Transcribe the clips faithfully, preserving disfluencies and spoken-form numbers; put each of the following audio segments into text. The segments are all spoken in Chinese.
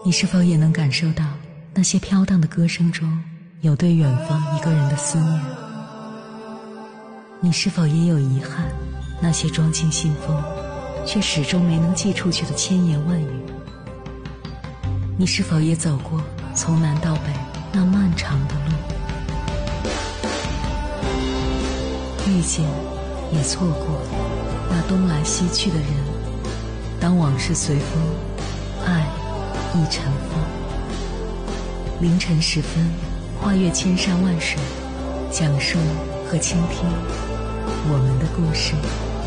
你是否也能感受到那些飘荡的歌声中有对远方一个人的思念？你是否也有遗憾，那些装进信封却始终没能寄出去的千言万语？你是否也走过从南到北那漫长的路？遇见也错过那东来西去的人，当往事随风，爱亦尘封。凌晨时分，跨越千山万水，讲述和倾听我们的故事。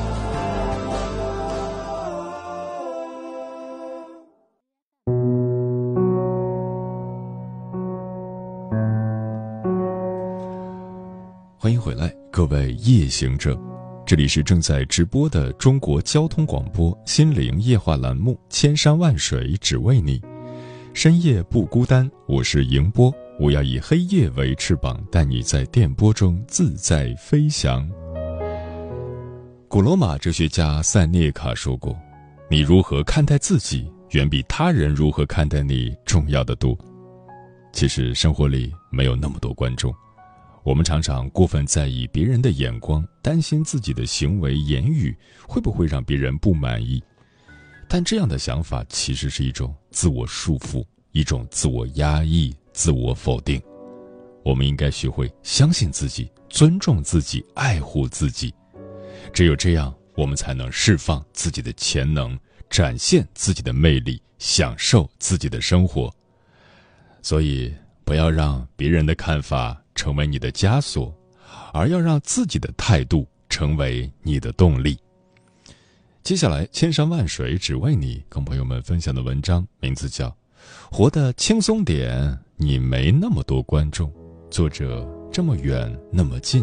欢迎回来，各位夜行者，这里是正在直播的中国交通广播心灵夜话栏目《千山万水只为你》，深夜不孤单，我是迎波，我要以黑夜为翅膀，带你在电波中自在飞翔。古罗马哲学家塞涅卡说过，你如何看待自己，远比他人如何看待你重要的多。其实生活里没有那么多观众，我们常常过分在意别人的眼光，担心自己的行为言语会不会让别人不满意。但这样的想法其实是一种自我束缚，一种自我压抑、自我否定。我们应该学会相信自己，尊重自己，爱护自己。只有这样，我们才能释放自己的潜能，展现自己的魅力，享受自己的生活。所以，不要让别人的看法成为你的枷锁，而要让自己的态度成为你的动力。接下来，千山万水只为你，跟朋友们分享的文章名字叫《活得轻松点》，你没那么多观众。作者这么远那么近。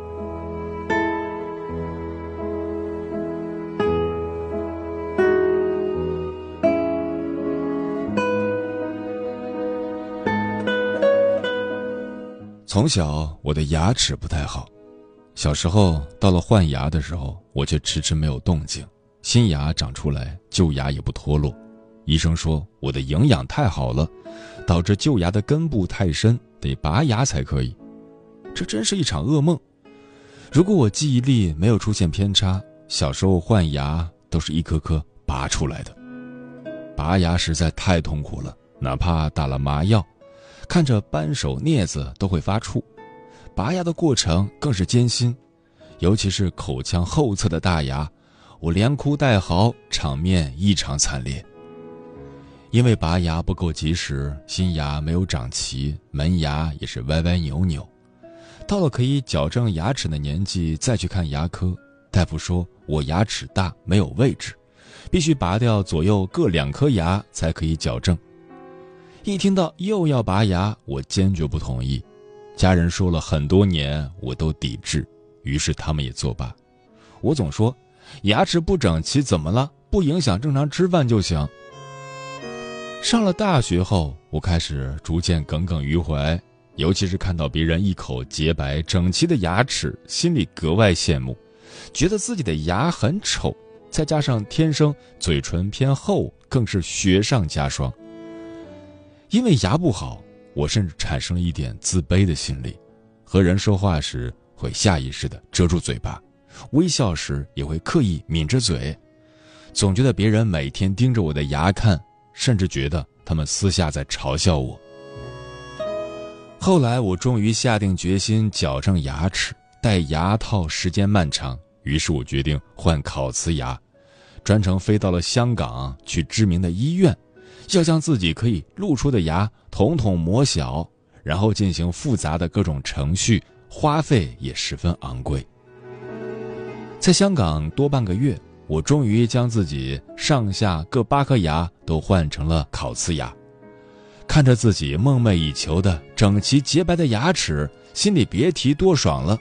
从小我的牙齿不太好，小时候到了换牙的时候，我却迟迟没有动静，新牙长出来，旧牙也不脱落。医生说我的营养太好了，导致旧牙的根部太深，得拔牙才可以。这真是一场噩梦。如果我记忆力没有出现偏差，小时候换牙都是一颗颗拔出来的。拔牙实在太痛苦了，哪怕打了麻药，看着扳手镊子都会发怵。拔牙的过程更是艰辛，尤其是口腔后侧的大牙，我连哭带嚎，场面异常惨烈。因为拔牙不够及时，新牙没有长齐，门牙也是歪歪扭扭。到了可以矫正牙齿的年纪再去看牙科，大夫说我牙齿大没有位置，必须拔掉左右各两颗牙才可以矫正。一听到又要拔牙，我坚决不同意。家人说了很多年，我都抵制，于是他们也作罢。我总说牙齿不整齐怎么了，不影响正常吃饭就行。上了大学后，我开始逐渐耿耿于怀，尤其是看到别人一口洁白整齐的牙齿，心里格外羡慕，觉得自己的牙很丑，再加上天生嘴唇偏厚，更是雪上加霜。因为牙不好，我甚至产生了一点自卑的心理，和人说话时会下意识地遮住嘴巴，微笑时也会刻意抿着嘴，总觉得别人每天盯着我的牙看，甚至觉得他们私下在嘲笑我。后来我终于下定决心矫正牙齿，戴牙套时间漫长，于是我决定换烤瓷牙，专程飞到了香港，去知名的医院，要将自己可以露出的牙统统磨小，然后进行复杂的各种程序，花费也十分昂贵。在香港多半个月，我终于将自己上下各八颗牙都换成了烤瓷牙。看着自己梦寐以求的整齐洁白的牙齿，心里别提多爽了。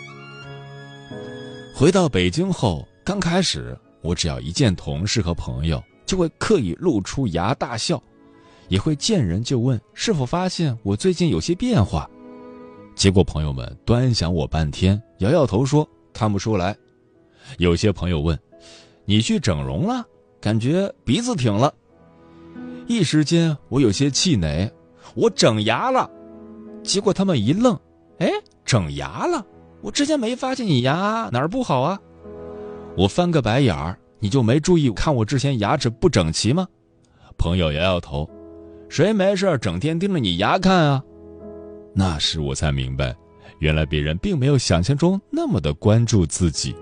回到北京后，刚开始我只要一见同事和朋友，就会刻意露出牙大笑，也会见人就问是否发现我最近有些变化。结果朋友们端详我半天，摇摇头说看不出来。有些朋友问你去整容了，感觉鼻子挺了。 一时间我有些气馁，我整牙了。结果他们一愣，哎，整牙了？我之前没发现你牙哪儿不好啊？我翻个白眼儿，你就没注意看我之前牙齿不整齐吗？朋友摇摇头，谁没事整天盯着你牙看啊？那时我才明白，原来别人并没有想象中那么的关注自己。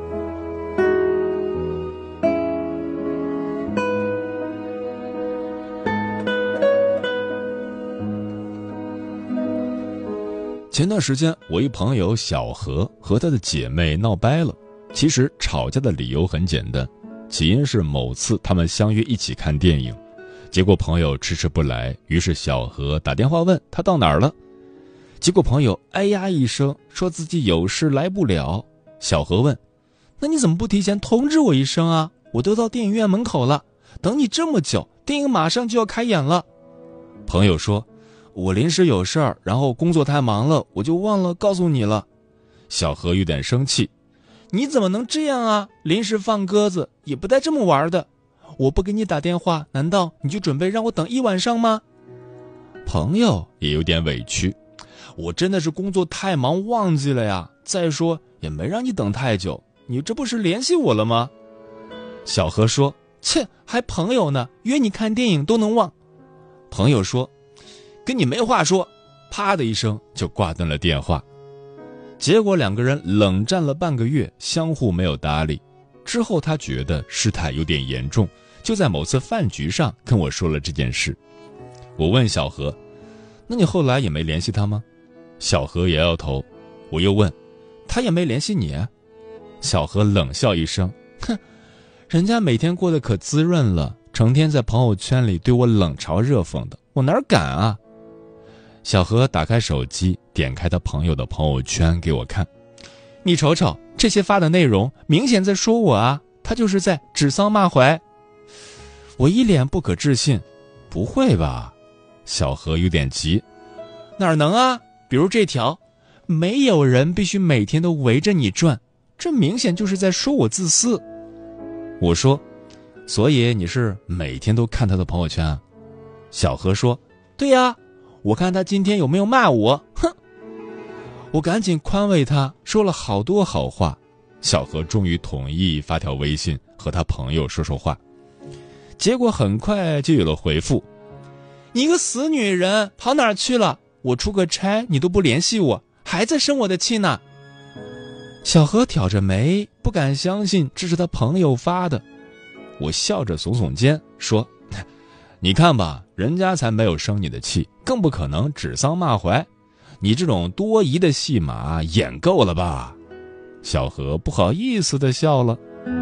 前段时间，我一朋友小何和他的姐妹闹掰了。其实吵架的理由很简单，起因是某次他们相约一起看电影，结果朋友迟迟不来，于是小何打电话问他到哪儿了。结果朋友哎呀一声，说自己有事来不了。小何问：那你怎么不提前通知我一声啊？我都到电影院门口了，等你这么久，电影马上就要开演了。朋友说：我临时有事儿，然后工作太忙了，我就忘了告诉你了。小何有点生气：你怎么能这样啊？临时放鸽子也不带这么玩的。我不给你打电话，难道你就准备让我等一晚上吗？朋友也有点委屈：我真的是工作太忙忘记了呀，再说也没让你等太久，你这不是联系我了吗？小何说：切，还朋友呢，约你看电影都能忘。朋友说：跟你没话说，啪的一声就挂断了电话。结果两个人冷战了半个月，相互没有搭理。之后他觉得事态有点严重，就在某次饭局上跟我说了这件事。我问小何：那你后来也没联系他吗？小何摇摇头。我又问：他也没联系你啊？小何冷笑一声：哼，人家每天过得可滋润了，成天在朋友圈里对我冷嘲热讽的，我哪敢啊？小何打开手机，点开他朋友的朋友圈给我看。你瞅瞅，这些发的内容明显在说我啊，他就是在指桑骂槐。我一脸不可置信：不会吧？小何有点急：哪能啊？比如这条，没有人必须每天都围着你转，这明显就是在说我自私。我说：所以你是每天都看他的朋友圈啊？小何说：对呀，我看他今天有没有骂我。哼！我赶紧宽慰他，说了好多好话。小何终于同意发条微信和他朋友说说话，结果很快就有了回复：你个死女人，跑哪儿去了？我出个差你都不联系我，还在生我的气呢。小何挑着眉，不敢相信这是他朋友发的。我笑着耸耸肩说：你看吧，人家才没有生你的气，更不可能指桑骂槐，你这种多疑的戏码演够了吧？小何不好意思地笑了。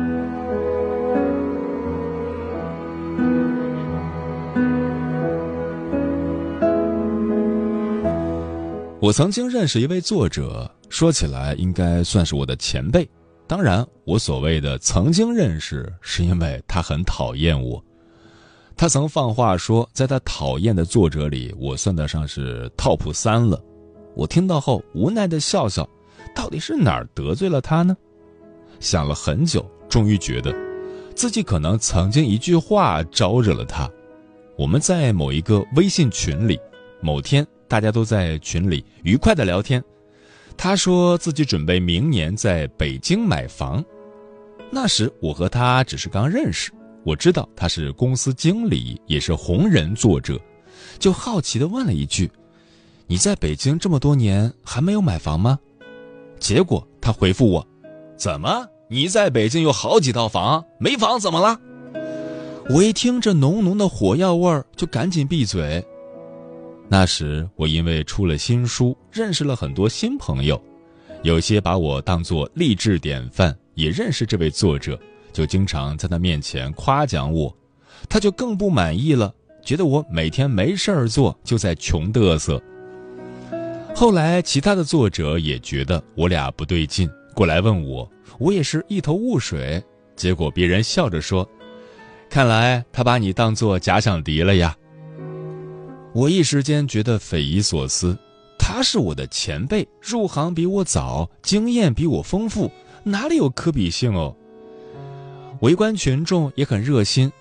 我曾经认识一位作者，说起来应该算是我的前辈，当然我所谓的曾经认识，是因为他很讨厌我。他曾放话说，在他讨厌的作者里，我算得上是 top 三了。我听到后无奈地笑笑，到底是哪儿得罪了他呢？想了很久，终于觉得自己可能曾经一句话招惹了他。我们在某一个微信群里，某天大家都在群里愉快地聊天，他说自己准备明年在北京买房。那时我和他只是刚认识，我知道他是公司经理，也是红人作者，就好奇地问了一句：你在北京这么多年还没有买房吗？结果他回复我：怎么，你在北京有好几套房，没房怎么了？我一听这浓浓的火药味儿，就赶紧闭嘴。那时我因为出了新书，认识了很多新朋友，有些把我当作励志典范，也认识这位作者，就经常在他面前夸奖我。他就更不满意了，觉得我每天没事儿做，就在穷嘚瑟。后来其他的作者也觉得我俩不对劲，过来问我，我也是一头雾水。结果别人笑着说：看来他把你当作假想敌了呀。我一时间觉得匪夷所思，他是我的前辈，入行比我早，经验比我丰富，哪里有可比性哦？围观群众也很热心，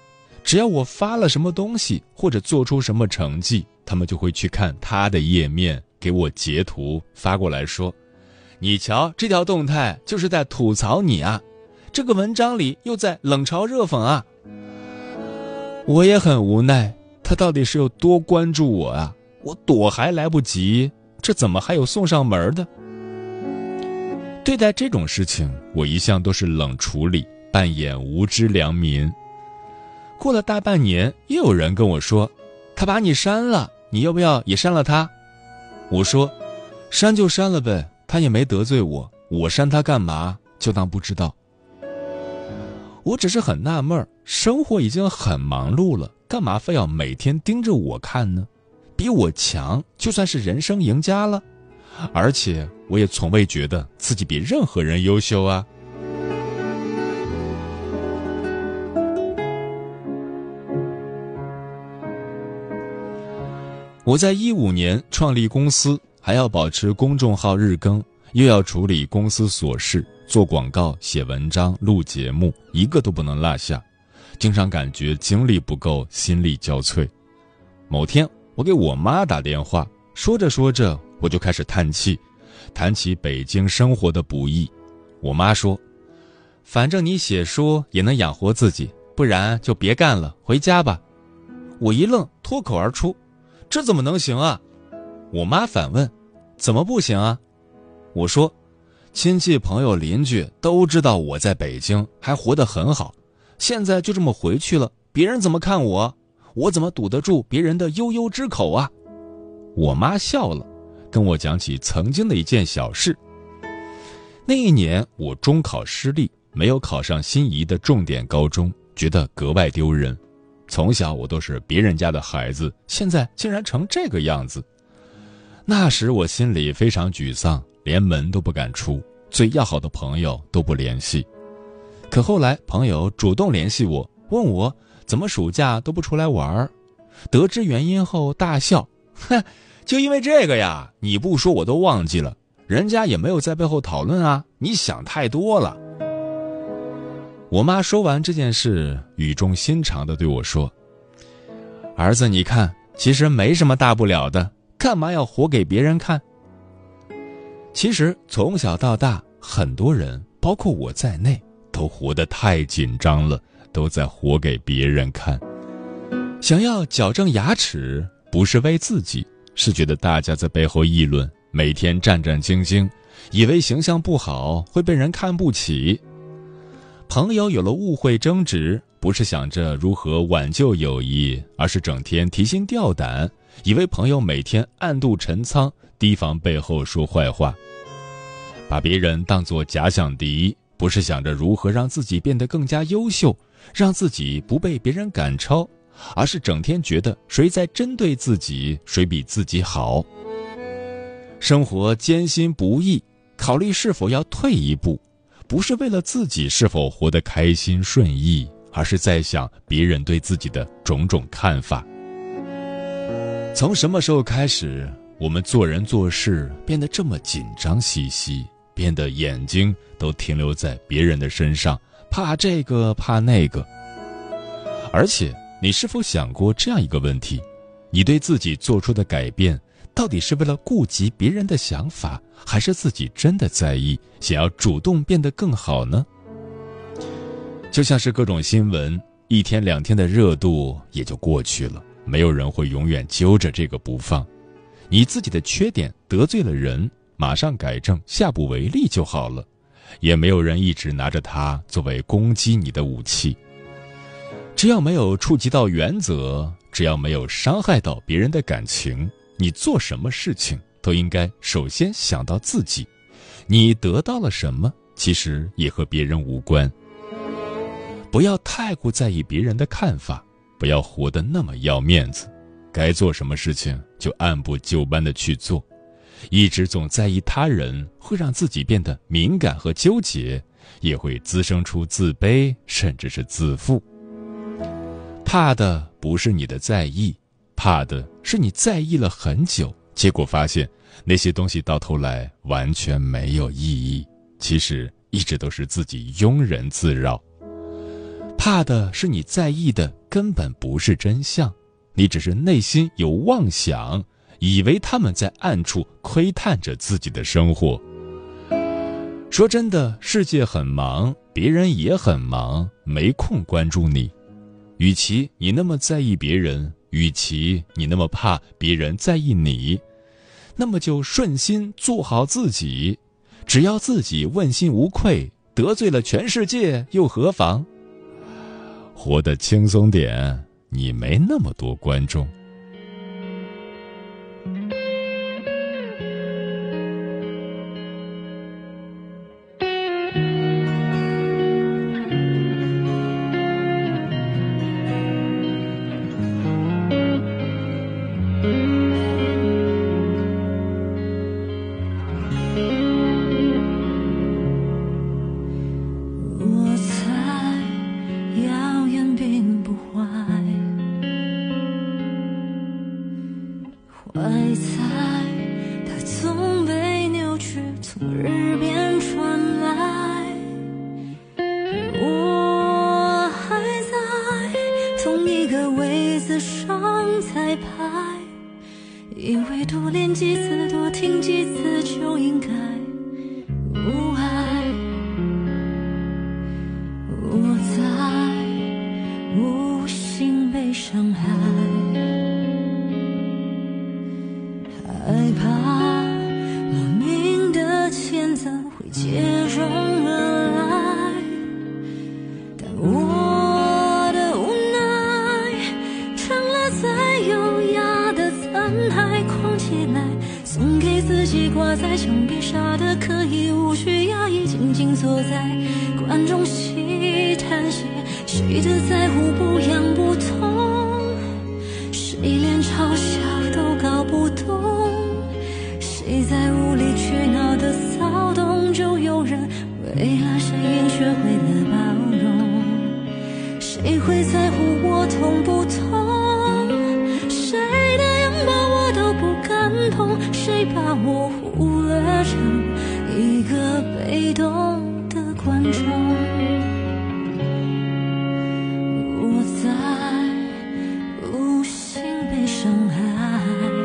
只要我发了什么东西或者做出什么成绩，他们就会去看他的页面，给我截图发过来说，你瞧这条动态就是在吐槽你啊，这个文章里又在冷嘲热讽啊。我也很无奈，他到底是有多关注我啊？我躲还来不及，这怎么还有送上门的？对待这种事情，我一向都是冷处理，扮演无知良民。过了大半年，又有人跟我说，他把你删了，你要不要也删了他？我说，删就删了呗，他也没得罪我，我删他干嘛？就当不知道。我只是很纳闷，生活已经很忙碌了，干嘛非要每天盯着我看呢？比我强，就算是人生赢家了。而且我也从未觉得自己比任何人优秀啊。我在一五年创立公司，还要保持公众号日更，又要处理公司琐事，做广告、写文章、录节目，一个都不能落下，经常感觉精力不够，心力交瘁。某天我给我妈打电话，说着说着我就开始叹气，谈起北京生活的不易。我妈说，反正你写书也能养活自己，不然就别干了，回家吧。我一愣，脱口而出，这怎么能行啊？我妈反问，怎么不行啊？我说，亲戚朋友邻居都知道我在北京还活得很好，现在就这么回去了，别人怎么看我？我怎么堵得住别人的悠悠之口啊？我妈笑了，跟我讲起曾经的一件小事。那一年我中考失利，没有考上心仪的重点高中，觉得格外丢人。从小我都是别人家的孩子，现在竟然成这个样子。那时我心里非常沮丧，连门都不敢出，最要好的朋友都不联系。可后来朋友主动联系我，问我怎么暑假都不出来玩。得知原因后大笑，哼，就因为这个呀，你不说我都忘记了，人家也没有在背后讨论啊，你想太多了。我妈说完这件事，语重心长地对我说，儿子你看，其实没什么大不了的，干嘛要活给别人看？其实从小到大，很多人包括我在内都活得太紧张了，都在活给别人看。想要矫正牙齿，不是为自己，是觉得大家在背后议论，每天战战兢兢，以为形象不好会被人看不起。朋友有了误会争执，不是想着如何挽救友谊，而是整天提心吊胆，以为朋友每天暗度陈仓，提防背后说坏话。把别人当作假想敌，不是想着如何让自己变得更加优秀，让自己不被别人赶超，而是整天觉得谁在针对自己，谁比自己好。生活艰辛不易，考虑是否要退一步，不是为了自己是否活得开心顺意，而是在想别人对自己的种种看法。从什么时候开始，我们做人做事变得这么紧张兮兮，变得眼睛都停留在别人的身上，怕这个怕那个？而且你是否想过这样一个问题，你对自己做出的改变到底是为了顾及别人的想法，还是自己真的在意，想要主动变得更好呢？就像是各种新闻，一天两天的热度也就过去了，没有人会永远揪着这个不放。你自己的缺点得罪了人，马上改正，下不为例就好了，也没有人一直拿着它作为攻击你的武器。只要没有触及到原则，只要没有伤害到别人的感情，你做什么事情都应该首先想到自己，你得到了什么，其实也和别人无关。不要太过在意别人的看法，不要活得那么要面子，该做什么事情就按部就班地去做。一直总在意他人，会让自己变得敏感和纠结，也会滋生出自卑，甚至是自负。怕的不是你的在意，怕的是你在意了很久，结果发现那些东西到头来完全没有意义，其实一直都是自己庸人自扰。 怕的是你在意的根本不是真相，你只是内心有妄想，以为他们在暗处窥探着自己的生活。说真的，世界很忙，别人也很忙，没空关注你。与其你那么在意别人，与其你那么怕别人在意你，那么就顺心做好自己，只要自己问心无愧，得罪了全世界又何妨？活得轻松点，你没那么多观众。 因为多练几次，多听几次，就应该无碍。我在无心被伤害，害怕莫名的谴责会接踵而来，但我的无奈成了最优雅的残骸，框起来送给自己，挂在墙壁上的可以无需压抑，静静坐在观众席叹息，谁的在乎不痒不痛，谁连嘲笑都搞不懂，谁在无理取闹的骚动，就有人为了谁应学会了包容，谁会在乎我痛不痛，谁的拥抱我都不敢碰，谁把我忽略成一个被动的观众。我在无心被伤害，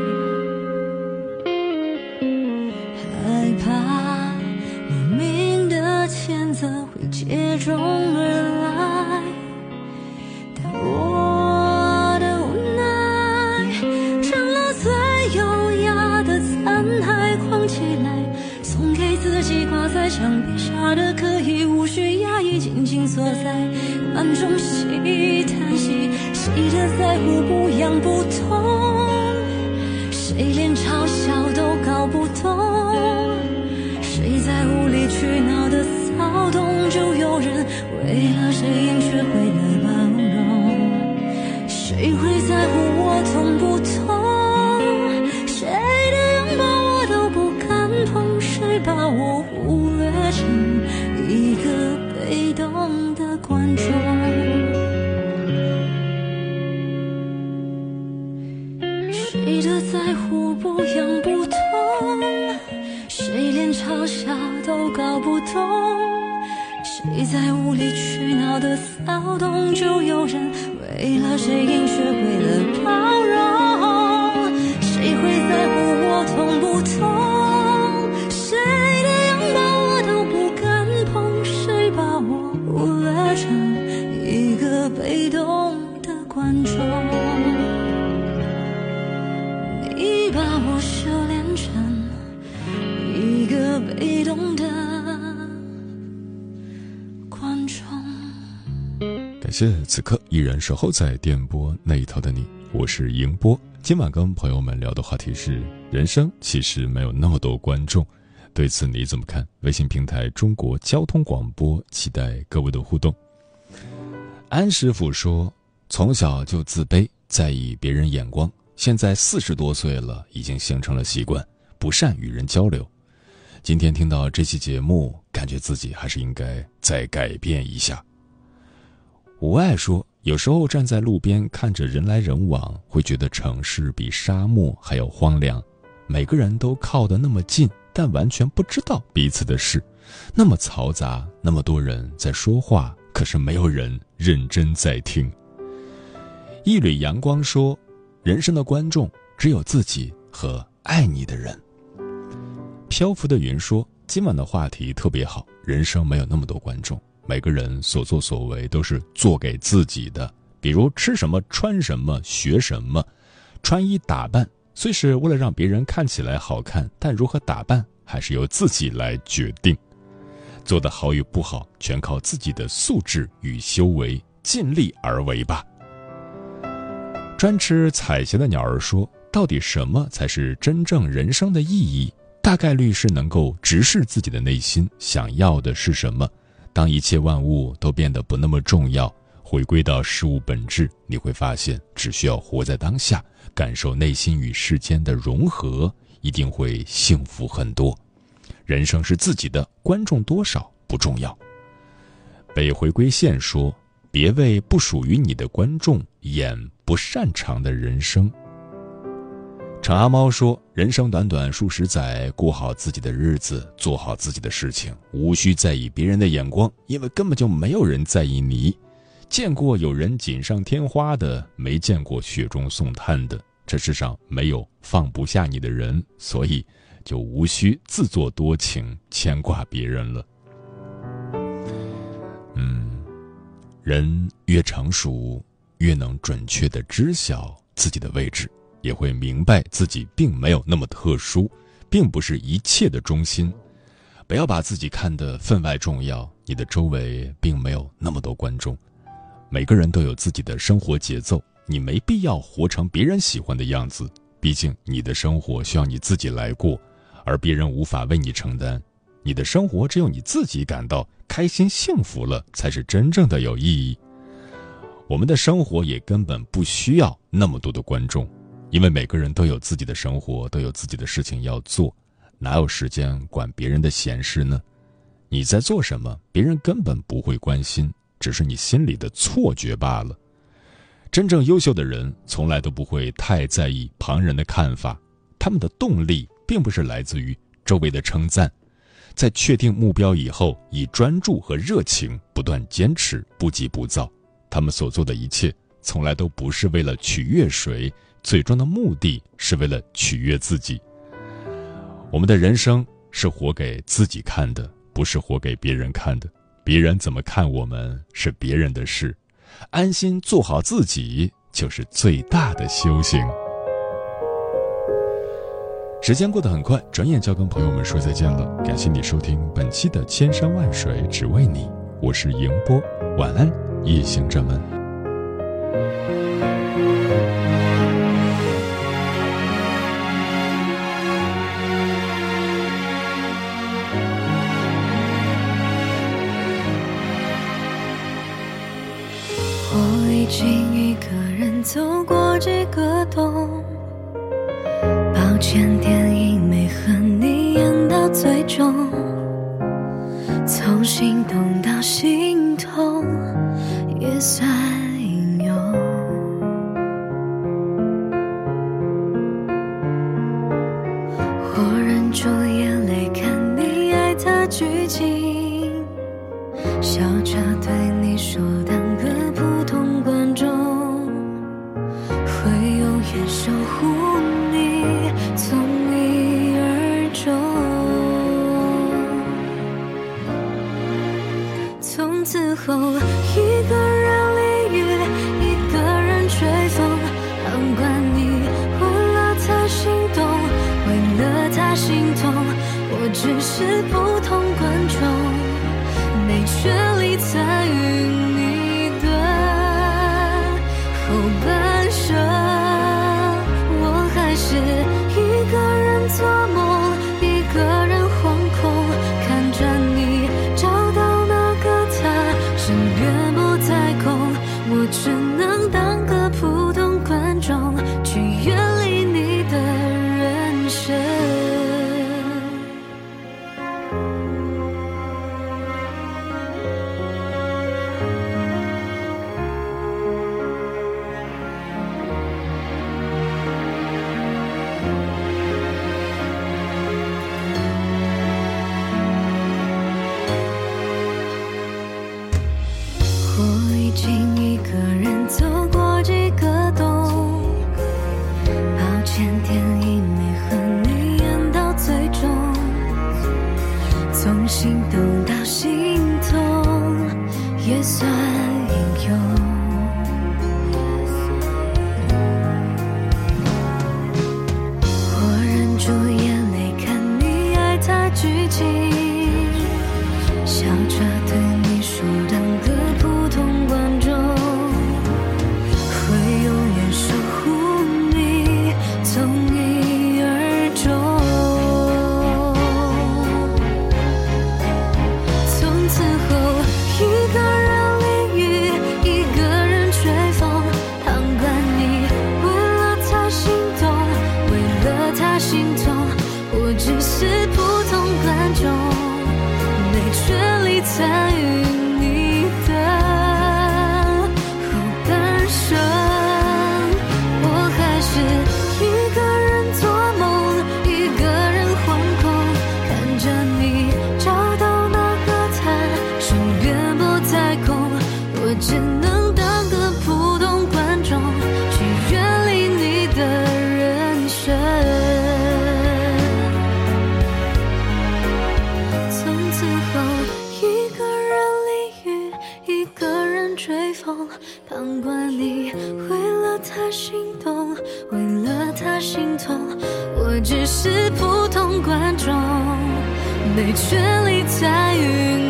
害怕莫名的谴责会接踵而来，但我的无奈成了最优雅的残骸，框起来送给自己，挂在墙壁下的可以无需压抑，静静坐在观众席叹息，谁的在乎不痒不痛，谁连嘲笑都搞不懂，谁在无理取闹的骚动，就有人为了谁应学会了包容，谁会在乎我痛不痛，谁的拥抱我都不敢碰，谁把我忽略成一个被动的观众。谁的在乎不痒不痛，谁连嘲笑都搞不懂，谁在无理取闹的骚动，就有人为了谁应学会了包容，谁会在乎我痛不痛，谁的拥抱我都不敢碰，谁把我忽略成一个被动的观众，你把我修炼成一个被动的观众。 感谢此刻依然守候在电波那一头的你，我是迎波。今晚跟朋友们聊的话题是，人生其实没有那么多观众，对此你怎么看？微信平台中国交通广播，期待各位的互动。安师傅说，从小就自卑，在意别人眼光，现在四十多岁了，已经形成了习惯，不善与人交流。今天听到这期节目，感觉自己还是应该再改变一下。吴爱说，有时候站在路边看着人来人往，会觉得城市比沙漠还要荒凉，每个人都靠得那么近，但完全不知道彼此的事，那么嘈杂，那么多人在说话， 可是没有人认真在听。一缕阳光说，人生的观众只有自己和爱你的人。漂浮的云说，今晚的话题特别好，人生没有那么多观众，每个人所作所为都是做给自己的，比如吃什么穿什么学什么，穿衣打扮虽是为了让别人看起来好看，但如何打扮还是由自己来决定。做得好与不好全靠自己的素质与修为，尽力而为吧。专吃彩霞的鸟儿说，到底什么才是真正人生的意义？大概率是能够直视自己的内心，想要的是什么。当一切万物都变得不那么重要，回归到事物本质，你会发现只需要活在当下，感受内心与世间的融合，一定会幸福很多。人生是自己的，观众多少不重要。北回归线说，别为不属于你的观众演不擅长的人生。长阿猫说，人生短短数十载，过好自己的日子，做好自己的事情，无需在意别人的眼光，因为根本就没有人在意你。见过有人锦上添花的，没见过雪中送炭的。这世上没有放不下你的人，所以就无需自作多情，牵挂别人了。嗯，人越成熟，越能准确地知晓自己的位置，也会明白自己并没有那么特殊，并不是一切的中心。不要把自己看得分外重要，你的周围并没有那么多观众。每个人都有自己的生活节奏，你没必要活成别人喜欢的样子，毕竟你的生活需要你自己来过，而别人无法为你承担。你的生活只有你自己感到开心幸福了，才是真正的有意义。我们的生活也根本不需要那么多的观众，因为每个人都有自己的生活，都有自己的事情要做，哪有时间管别人的闲事呢？你在做什么，别人根本不会关心，只是你心里的错觉罢了。真正优秀的人从来都不会太在意旁人的看法，他们的动力并不是来自于周围的称赞，在确定目标以后，以专注和热情不断坚持，不急不躁。他们所做的一切从来都不是为了取悦谁，最终的目的是为了取悦自己。我们的人生是活给自己看的，不是活给别人看的。别人怎么看我们是别人的事，安心做好自己就是最大的修行。时间过得很快，转眼就要跟朋友们说再见了。感谢你收听本期的千山万水只为你，我是迎波，晚安，夜行者们。 我已经一个人走过这个冬，抱歉电影没和你演到最终，从心动到心痛也算有。我忍住眼泪看你爱的剧情，笑着对你说当个普通观众，会永远守护你，从一而终。从此后一个人淋雨，一个人吹风，旁观你为了他心动，为了他心痛，我只是普通观众，没权利参与你的后半生。我还是一个人做梦，一个人惶恐，看着你找到那个他，身边不再空，我只能当个普通观众，去远离你的人生。 他心动，为了他心痛，我只是普通观众，被权力在运